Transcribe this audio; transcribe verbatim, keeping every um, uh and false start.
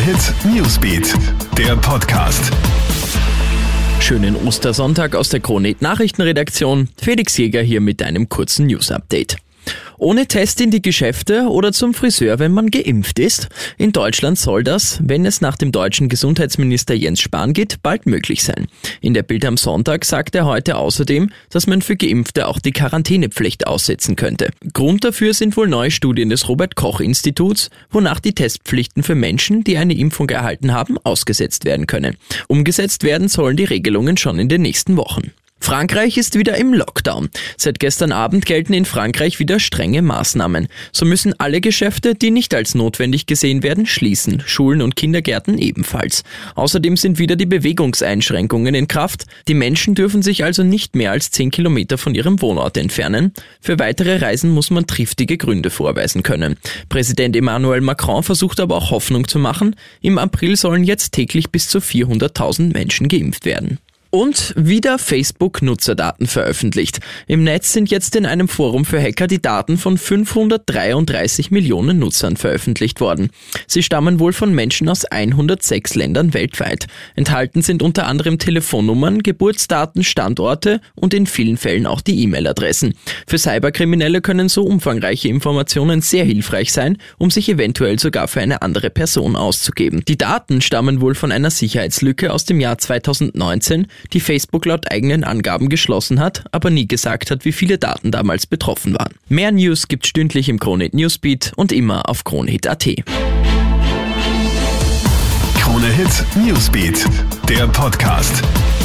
Hit Newsbeat, der Podcast. Schönen Ostersonntag aus der Krone-Hit Nachrichtenredaktion. Felix Jäger hier mit einem kurzen News-Update. Ohne Test in die Geschäfte oder zum Friseur, wenn man geimpft ist? In Deutschland soll das, wenn es nach dem deutschen Gesundheitsminister Jens Spahn geht, bald möglich sein. In der Bild am Sonntag sagt er heute außerdem, dass man für Geimpfte auch die Quarantänepflicht aussetzen könnte. Grund dafür sind wohl neue Studien des Robert-Koch-Instituts, wonach die Testpflichten für Menschen, die eine Impfung erhalten haben, ausgesetzt werden können. Umgesetzt werden sollen die Regelungen schon in den nächsten Wochen. Frankreich ist wieder im Lockdown. Seit gestern Abend gelten in Frankreich wieder strenge Maßnahmen. So müssen alle Geschäfte, die nicht als notwendig gesehen werden, schließen, Schulen und Kindergärten ebenfalls. Außerdem sind wieder die Bewegungseinschränkungen in Kraft. Die Menschen dürfen sich also nicht mehr als zehn Kilometer von ihrem Wohnort entfernen. Für weitere Reisen muss man triftige Gründe vorweisen können. Präsident Emmanuel Macron versucht aber auch Hoffnung zu machen. Im April sollen jetzt täglich bis zu vierhunderttausend Menschen geimpft werden. Und wieder Facebook-Nutzerdaten veröffentlicht. Im Netz sind jetzt in einem Forum für Hacker die Daten von fünfhundertdreiunddreißig Millionen Nutzern veröffentlicht worden. Sie stammen wohl von Menschen aus hundertsechs Ländern weltweit. Enthalten sind unter anderem Telefonnummern, Geburtsdaten, Standorte und in vielen Fällen auch die E-Mail-Adressen. Für Cyberkriminelle können so umfangreiche Informationen sehr hilfreich sein, um sich eventuell sogar für eine andere Person auszugeben. Die Daten stammen wohl von einer Sicherheitslücke aus dem Jahr zweitausendneunzehn, die Facebook laut eigenen Angaben geschlossen hat, aber nie gesagt hat, wie viele Daten damals betroffen waren. Mehr News gibt's stündlich im Krone-Hit Newsbeat und immer auf kronehit punkt at. Krone-Hit Newsbeat, der Podcast.